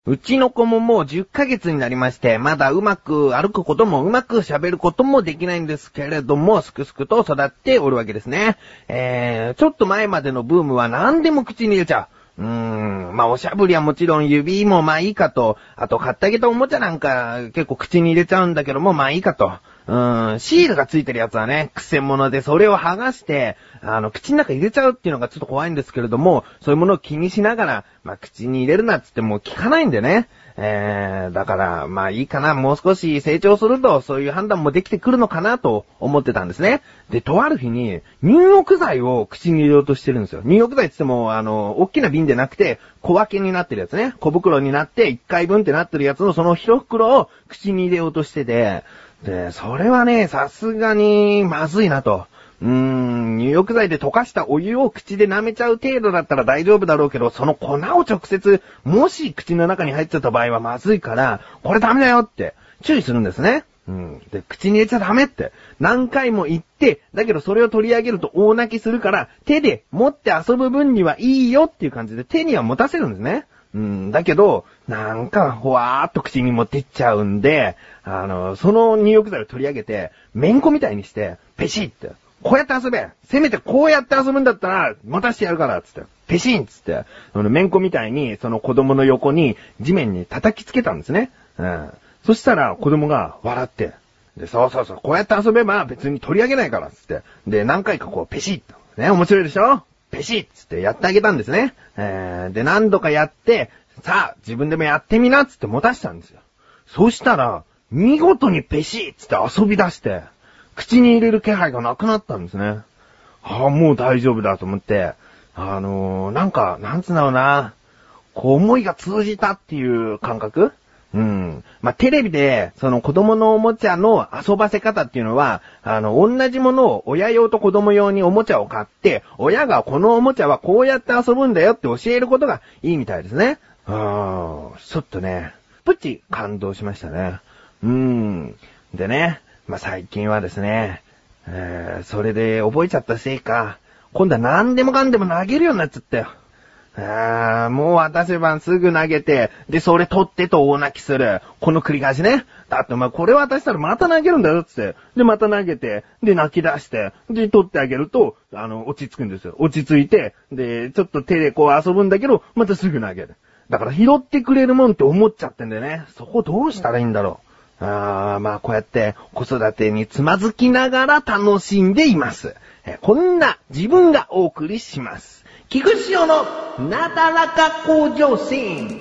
うちの子ももう10ヶ月になりまして、まだうまく歩くこともうまく喋ることもできないんですけれども、すくすくと育っておるわけですね。ちょっと前までのブームは何でも口に入れちゃう。おしゃぶりはもちろん指もまあいいかと、あと買ってあげたおもちゃなんか結構口に入れちゃうんだけどもまあいいかと。シールがついてるやつはね、くせ者でそれを剥がして、口の中入れちゃうっていうのがちょっと怖いんですけれども、そういうものを気にしながら、口に入れるなっつっても効かないんでね。だから、いいかな、もう少し成長すると、そういう判断もできてくるのかなと思ってたんですね。で、とある日に、入浴剤を口に入れようとしてるんですよ。入浴剤って言っても、大きな瓶でなくて、小分けになってるやつね。小袋になって、1回分ってなってるやつのその1袋を口に入れようとしてて、で、それはね、さすがに、まずいなと。入浴剤で溶かしたお湯を口で舐めちゃう程度だったら大丈夫だろうけど、その粉を直接、もし口の中に入っちゃった場合はまずいから、これダメだよって注意するんですね。で、口に入れちゃダメって。何回も言って、だけどそれを取り上げると大泣きするから、手で持って遊ぶ分にはいいよっていう感じで手には持たせるんですね。だけど、なんか、ほわーっと口に持っていっちゃうんで、その入浴剤を取り上げて、めんこみたいにして、ペシッって、こうやって遊べ！せめてこうやって遊ぶんだったら、持たしてやるからつって、ペシンつって、めんこみたいに、その子供の横に、地面に叩きつけたんですね。そしたら、子供が笑って、で、そう、こうやって遊べば別に取り上げないからつって、で、何回かこう、ペシッと、ね、面白いでしょ？ペシッつってやってあげたんですね。で、何度かやって、さあ、自分でもやってみなっつって持たしたんですよ。そしたら、見事にペシッつって遊び出して、口に入れる気配がなくなったんですね。もう大丈夫だと思って、なんつうんだろうな、こう思いが通じたっていう感覚？テレビで、その子供のおもちゃの遊ばせ方っていうのは、同じものを親用と子供用におもちゃを買って、親がこのおもちゃはこうやって遊ぶんだよって教えることがいいみたいですね。ちょっとね、プチ感動しましたね。でね、最近はですね、それで覚えちゃったせいか、今度は何でもかんでも投げるようになっちゃったよ。もう渡せばすぐ投げて、で、それ取ってと大泣きする。この繰り返しね。だってこれ渡したらまた投げるんだよ、つって。で、また投げて、で、泣き出して、で、取ってあげると、落ち着くんですよ。落ち着いて、で、ちょっと手でこう遊ぶんだけど、またすぐ投げる。だから拾ってくれるもんって思っちゃってんだよね。そこどうしたらいいんだろう。こうやって子育てにつまずきながら楽しんでいます。こんな自分がお送りします。菊池塩のなだらか向上心。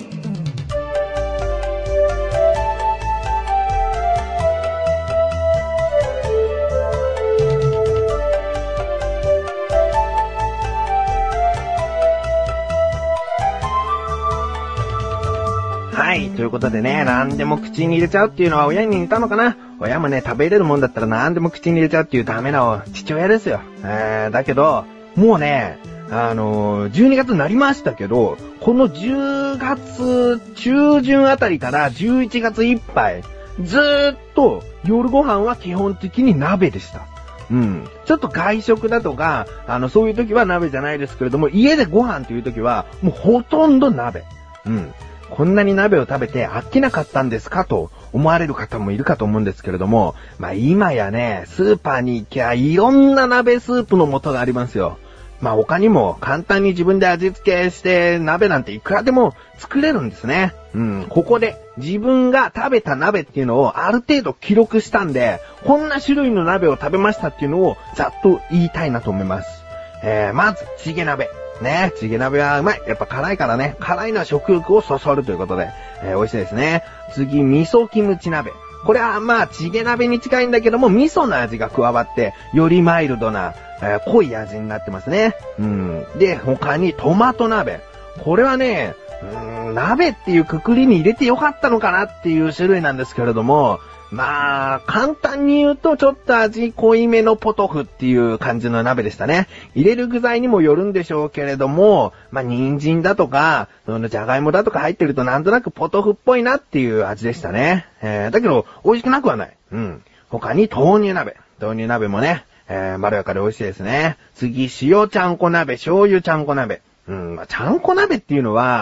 はい、ということでね、何でも口に入れちゃうっていうのは親に似たのかな。親もね、食べれるもんだったら何でも口に入れちゃうっていうダメな父親ですよ。だけど、もうね、12月になりましたけど、この10月中旬あたりから11月いっぱい、ずーっと夜ご飯は基本的に鍋でした。ちょっと外食だとか、そういう時は鍋じゃないですけれども、家でご飯という時は、もうほとんど鍋。こんなに鍋を食べて飽きなかったんですかと思われる方もいるかと思うんですけれども、今やね、スーパーに行きゃいろんな鍋スープの素がありますよ。他にも簡単に自分で味付けして鍋なんていくらでも作れるんですね。ここで自分が食べた鍋っていうのをある程度記録したんで、こんな種類の鍋を食べましたっていうのをざっと言いたいなと思います。まず、チゲ鍋。ね、チゲ鍋はうまい。やっぱ辛いからね。辛いのは食欲をそそるということで、美味しいですね。次、味噌キムチ鍋。これはチゲ鍋に近いんだけども、味噌の味が加わって、よりマイルドな、濃い味になってますね。で、他にトマト鍋。これはね、鍋っていうくくりに入れてよかったのかなっていう種類なんですけれども、簡単に言うとちょっと味濃いめのポトフっていう感じの鍋でしたね。入れる具材にもよるんでしょうけれども、人参だとか、じゃがいもだとか入ってるとなんとなくポトフっぽいなっていう味でしたね。だけど、美味しくなくはない。他に豆乳鍋。豆乳鍋もね、まろやかで美味しいですね。次、塩ちゃんこ鍋、醤油ちゃんこ鍋。ちゃんこ鍋っていうのは、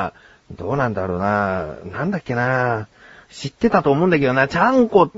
どうなんだろうな。なんだっけな。知ってたと思うんだけどな。ちゃんこって、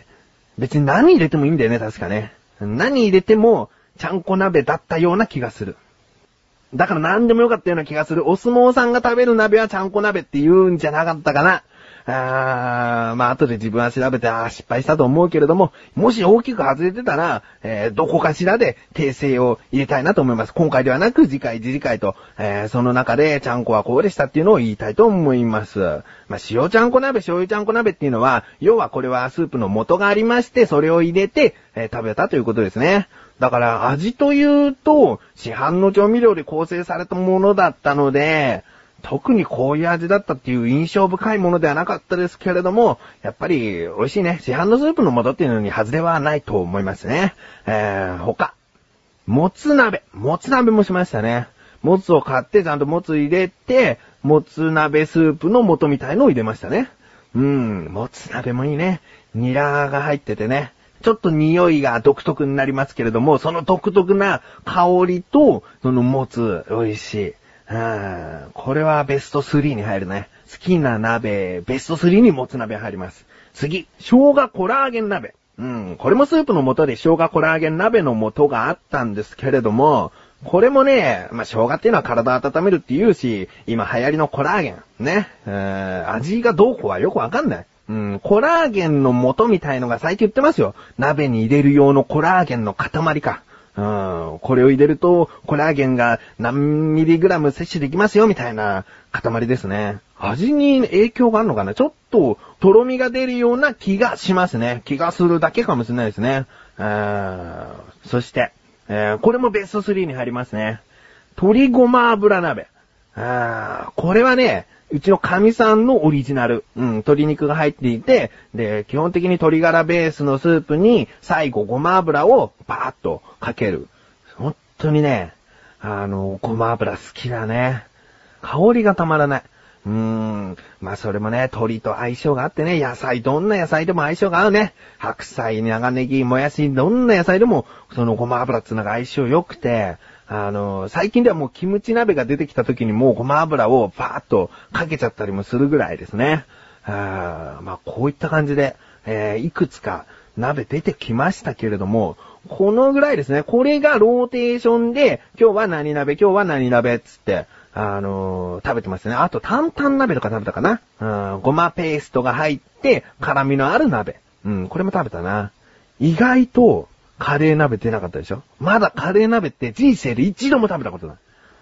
別に何入れてもいいんだよね、確かね。何入れても、ちゃんこ鍋だったような気がする。だから何でもよかったような気がする。お相撲さんが食べる鍋はちゃんこ鍋って言うんじゃなかったかな。まあ後で自分は調べて、失敗したと思うけれども、もし大きく外れてたら、どこかしらで訂正を入れたいなと思います。今回ではなく次回と、その中でちゃんこはこうでしたっていうのを言いたいと思います。まあ塩ちゃんこ鍋、醤油ちゃんこ鍋っていうのは、要はこれはスープの素がありまして、それを入れて、食べたということですね。だから味というと、市販の調味料で構成されたものだったので、特にこういう味だったっていう印象深いものではなかったですけれども、やっぱり美味しいね。市販のスープの素っていうのに外れはないと思いますね。他。もつ鍋もしましたね。もつを買ってちゃんともつ入れて、もつ鍋スープの素みたいのを入れましたね。もつ鍋もいいね。ニラが入っててね。ちょっと匂いが独特になりますけれども、その独特な香りと、そのもつ、美味しい。これはベスト3に入るね。好きな鍋、ベスト3にもつ鍋入ります。次、生姜コラーゲン鍋。これもスープの素で生姜コラーゲン鍋の素があったんですけれども、これもね、生姜っていうのは体を温めるって言うし、今流行りのコラーゲン。ね。味がどうこうはよくわかんない。コラーゲンの素みたいのが最近売ってますよ。鍋に入れる用のコラーゲンの塊か。これを入れると、コラーゲンが何ミリグラム摂取できますよ、みたいな塊ですね。味に影響があるのかな？ちょっと、とろみが出るような気がしますね。気がするだけかもしれないですね。そして、これもベスト3に入りますね。鶏ごま油鍋。これはね、うちの神さんのオリジナル。鶏肉が入っていて、で、基本的に鶏ガラベースのスープに、最後ごま油をバーッとかける。本当にね、ごま油好きだね。香りがたまらない。それもね、鶏と相性があってね、どんな野菜でも相性が合うね。白菜、長ネギ、もやし、どんな野菜でも、そのごま油っていうのが相性良くて、最近ではもうキムチ鍋が出てきた時にもうごま油をバーッとかけちゃったりもするぐらいですね。こういった感じで、いくつか鍋出てきましたけれども、このぐらいですね。これがローテーションで、今日は何鍋っつって、食べてますね。あと、担々鍋とか食べたかな。ごまペーストが入って、辛味のある鍋。これも食べたな。意外と、カレー鍋出なかったでしょ？まだカレー鍋って人生で一度も食べたことない。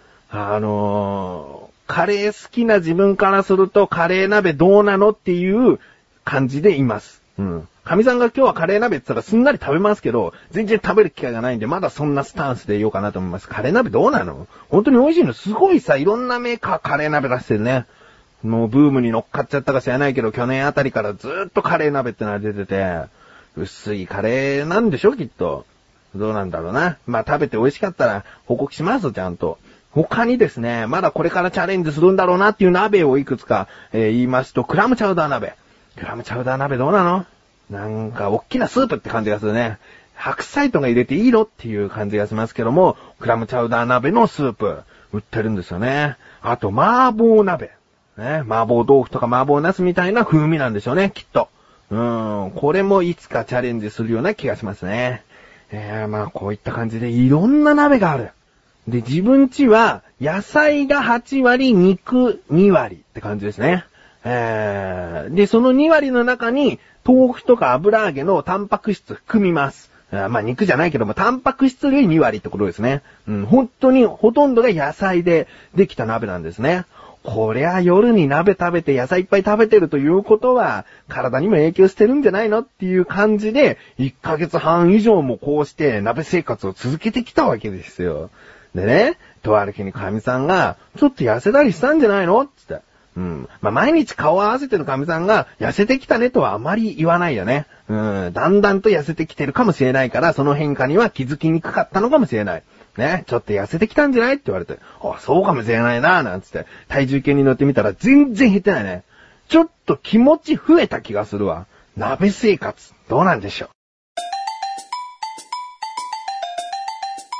カレー好きな自分からすると、カレー鍋どうなのっていう感じでいます。神さんが今日はカレー鍋って言ったらすんなり食べますけど、全然食べる機会がないんで、まだそんなスタンスでいようかなと思います。カレー鍋どうなの？本当に美味しいの？すごいさ、いろんなメーカーカレー鍋出してるね。もうブームに乗っかっちゃったか知らないけど、去年あたりからずーっとカレー鍋ってのが出てて、薄いカレーなんでしょきっと。どうなんだろうな。食べて美味しかったら報告しますちゃんと。他にですね、まだこれからチャレンジするんだろうなっていう鍋をいくつか、言いますと、クラムチャウダー鍋。クラムチャウダー鍋どうなの？なんか、大きなスープって感じがするね。白菜とか入れていいのっていう感じがしますけども、クラムチャウダー鍋のスープ、売ってるんですよね。あと、麻婆鍋。ね、麻婆豆腐とか麻婆茄子みたいな風味なんでしょうね、きっと。これもいつかチャレンジするような気がしますね。こういった感じでいろんな鍋がある。で、自分家は野菜が8割、肉2割って感じですね。で、その2割の中に豆腐とか油揚げのタンパク質含みます。肉じゃないけども、タンパク質類2割ってことですね。本当にほとんどが野菜でできた鍋なんですね。こりゃ夜に鍋食べて野菜いっぱい食べてるということは、体にも影響してるんじゃないのっていう感じで、1ヶ月半以上もこうして鍋生活を続けてきたわけですよ。でね、とある日に神さんが、ちょっと痩せたりしたんじゃないのって言って。毎日顔を合わせてる神さんが、痩せてきたねとはあまり言わないよね。だんだんと痩せてきてるかもしれないから、その変化には気づきにくかったのかもしれない。ね、ちょっと痩せてきたんじゃないって言われて、そうかもしれないな、なんつって、体重計に乗ってみたら全然減ってないね。ちょっと気持ち増えた気がするわ。鍋生活、どうなんでしょ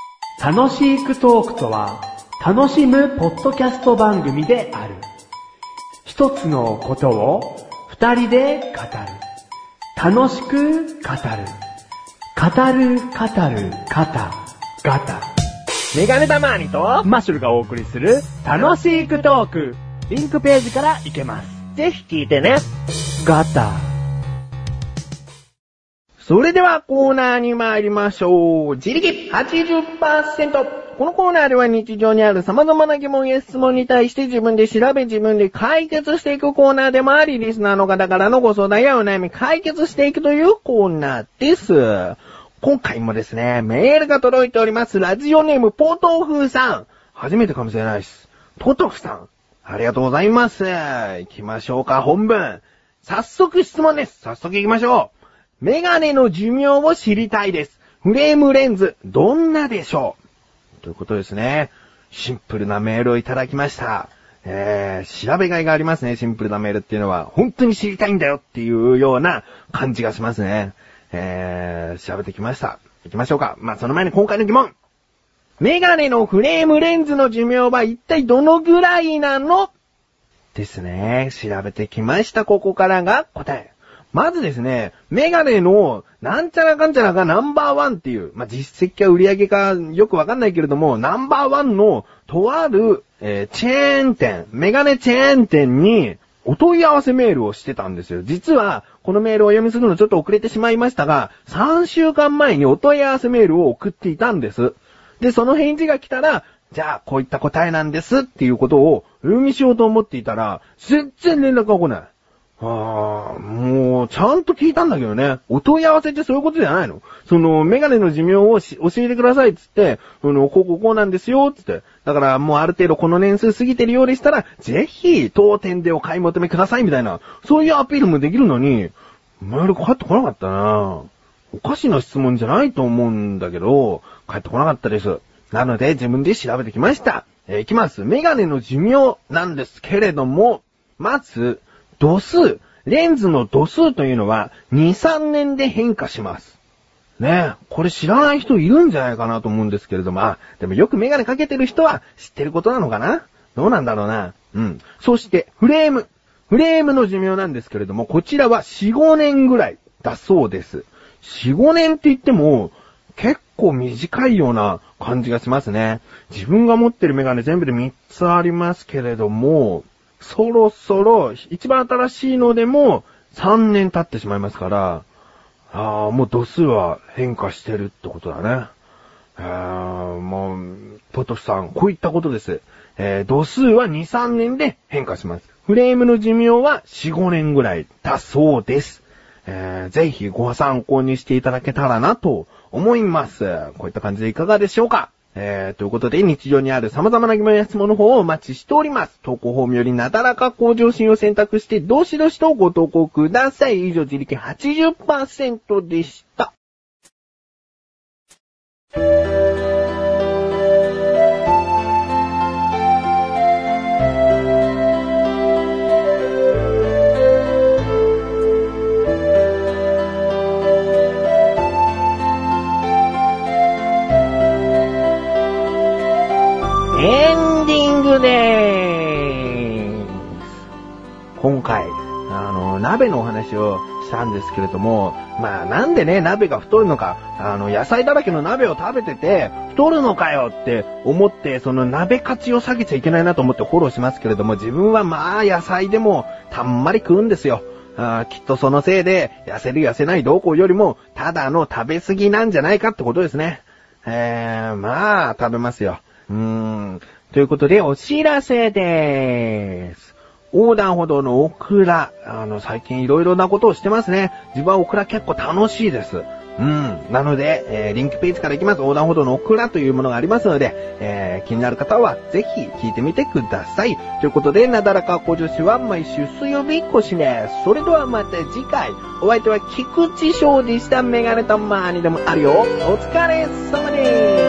う。楽しいクトークとは、楽しむポッドキャスト番組である。 一つのことを二人で語る。楽しく語る。語る、ガタ。 メガネたまーにとマッシュルがお送りする楽しくトーク。リンクページから行けます。 ぜひ聞いてね。 ガタ。 それではコーナーに参りましょう。自力 80%。このコーナーでは日常にある様々な疑問や質問に対して自分で調べ自分で解決していくコーナーでもあり、リスナーの方からのご相談やお悩み解決していくというコーナーです。今回もですね、メールが届いております。ラジオネームポトフさん。初めてかもしれないです。ポトフさん。ありがとうございます。行きましょうか、本文。早速質問です。早速行きましょう。メガネの寿命を知りたいです。フレームレンズ、どんなでしょう？ということですね。シンプルなメールをいただきました。調べがいがありますね、シンプルなメールっていうのは。本当に知りたいんだよっていうような感じがしますね。調べてきました。行きましょうか。その前に今回の疑問。メガネのフレームレンズの寿命は一体どのぐらいなの？ですね。調べてきました。ここからが答え。まずですね、メガネのなんちゃらかんちゃらがナンバーワンっていう、実績か売り上げかよくわかんないけれども、ナンバーワンのとある、チェーン店、メガネチェーン店にお問い合わせメールをしてたんですよ。実は、このメールをお読みするのちょっと遅れてしまいましたが、3週間前にお問い合わせメールを送っていたんです。で、その返事が来たら、じゃあ、こういった答えなんですっていうことをお読みしようと思っていたら、全然連絡が来ない。もう、ちゃんと聞いたんだけどね。お問い合わせってそういうことじゃないの？メガネの寿命を教えてくださいっつって、こうなんですよ、つって。だからもうある程度この年数過ぎてるようでしたら、ぜひ、当店でお買い求めくださいみたいな、そういうアピールもできるのに、メール返ってこなかったな。おかしな質問じゃないと思うんだけど、返ってこなかったです。なので、自分で調べてきました。いきます。メガネの寿命なんですけれども、まず、度数。レンズの度数というのは2、3年で変化します。ねえ、これ知らない人いるんじゃないかなと思うんですけれども、でもよくメガネかけてる人は知ってることなのかな？どうなんだろうな。そして、フレームの寿命なんですけれども、こちらは4、5年ぐらいだそうです。4、5年って言っても、結構短いような感じがしますね。自分が持ってるメガネ全部で3つありますけれども、そろそろ、一番新しいのでも3年経ってしまいますから、もう度数は変化してるってことだね。もう、ポトフさん、こういったことです。度数は2、3年で変化します。フレームの寿命は4、5年ぐらいだそうです。ぜひご参考にしていただけたらなと思います。こういった感じでいかがでしょうか？ということで、日常にある様々な疑問や質問の方をお待ちしております。投稿フォームよりなだらか向上心を選択して、どしどしとご投稿ください。以上、自力 80% でした。エンディングでーす。今回、鍋のお話をしたんですけれども、なんでね、鍋が太るのか、野菜だらけの鍋を食べてて、太るのかよって思って、その鍋価値を下げちゃいけないなと思ってフォローしますけれども、自分は野菜でもたんまり食うんですよ。きっとそのせいで、痩せる痩せないどうこうよりも、ただの食べ過ぎなんじゃないかってことですね。食べますよ。ということで、お知らせでーす。横断歩道のオクラ。最近いろいろなことをしてますね。自分はオクラ結構楽しいです。なので、リンクページから行きます。横断歩道のオクラというものがありますので、気になる方はぜひ聞いてみてください。ということで、なだらか向上心は毎週水曜日更新です。それではまた次回。お相手は菊池翔でした。メガネたまーにでもあるよ。お疲れ様です。